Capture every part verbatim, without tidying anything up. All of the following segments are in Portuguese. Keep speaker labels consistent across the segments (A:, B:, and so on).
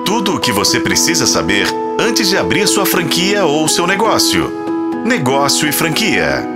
A: Tudo o que você precisa saber antes de abrir sua franquia ou seu negócio. Negócio e franquia.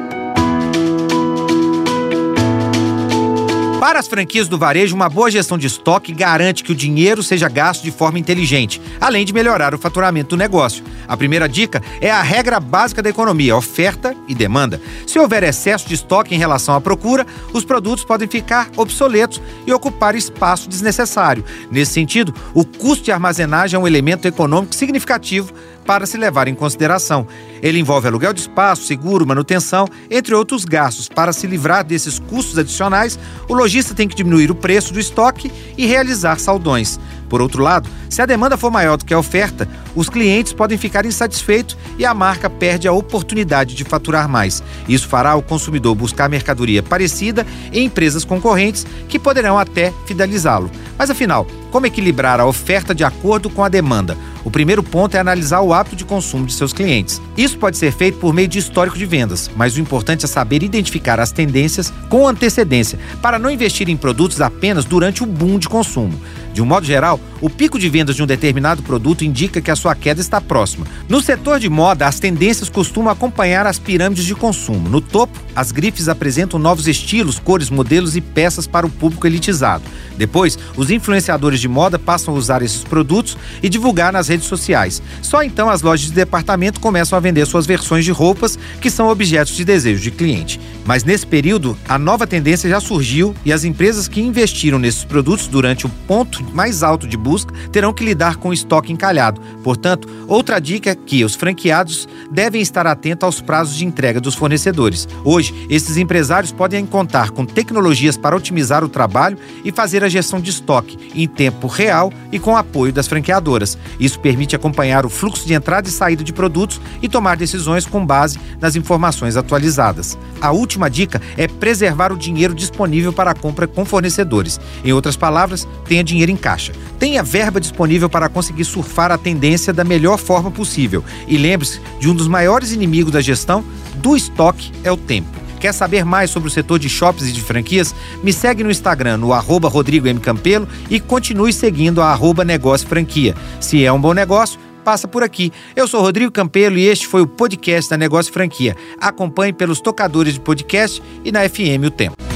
B: Para as franquias do varejo, uma boa gestão de estoque garante que o dinheiro seja gasto de forma inteligente, além de melhorar o faturamento do negócio. A primeira dica é a regra básica da economia, oferta e demanda. Se houver excesso de estoque em relação à procura, os produtos podem ficar obsoletos e ocupar espaço desnecessário. Nesse sentido, o custo de armazenagem é um elemento econômico significativo para se levar em consideração. Ele envolve aluguel de espaço, seguro, manutenção, entre outros gastos. Para se livrar desses custos adicionais, o lojista tem que diminuir o preço do estoque e realizar saldões. Por outro lado, se a demanda for maior do que a oferta, os clientes podem ficar insatisfeitos e a marca perde a oportunidade de faturar mais. Isso fará o consumidor buscar mercadoria parecida em empresas concorrentes que poderão até fidelizá-lo. Mas afinal, como equilibrar a oferta de acordo com a demanda? O primeiro ponto é analisar o hábito de consumo de seus clientes. Isso pode ser feito por meio de histórico de vendas, mas o importante é saber identificar as tendências com antecedência, para não investir em produtos apenas durante o boom de consumo. De um modo geral, o pico de vendas de um determinado produto indica que a sua queda está próxima. No setor de moda, as tendências costumam acompanhar as pirâmides de consumo. No topo, as grifes apresentam novos estilos, cores, modelos e peças para o público elitizado. Depois, os influenciadores de moda passam a usar esses produtos e divulgar nas redes sociais. Só então as lojas de departamento começam a vender suas versões de roupas, que são objetos de desejo de cliente. Mas nesse período, a nova tendência já surgiu e as empresas que investiram nesses produtos durante o ponto mais alto de busca terão que lidar com o estoque encalhado. Portanto, outra dica é que os franqueados devem estar atentos aos prazos de entrega dos fornecedores. Hoje, esses empresários podem contar com tecnologias para otimizar o trabalho e fazer a gestão de estoque em tempo real e com apoio das franqueadoras. Isso permite acompanhar o fluxo de entrada e saída de produtos e tomar decisões com base nas informações atualizadas. A última dica é preservar o dinheiro disponível para a compra com fornecedores. Em outras palavras, tenha dinheiro em caixa. Tenha verba disponível para conseguir surfar a tendência da melhor forma possível. E lembre-se de um dos maiores inimigos da gestão do estoque é o tempo. Quer saber mais sobre o setor de shoppings e de franquias? Me segue no Instagram, no arroba Rodrigo M. Campelo, e continue seguindo a arroba Negócio Franquia. Se é um bom negócio, passa por aqui. Eu sou Rodrigo Campelo e este foi o podcast da Negócio Franquia. Acompanhe pelos tocadores de podcast e na F M O Tempo.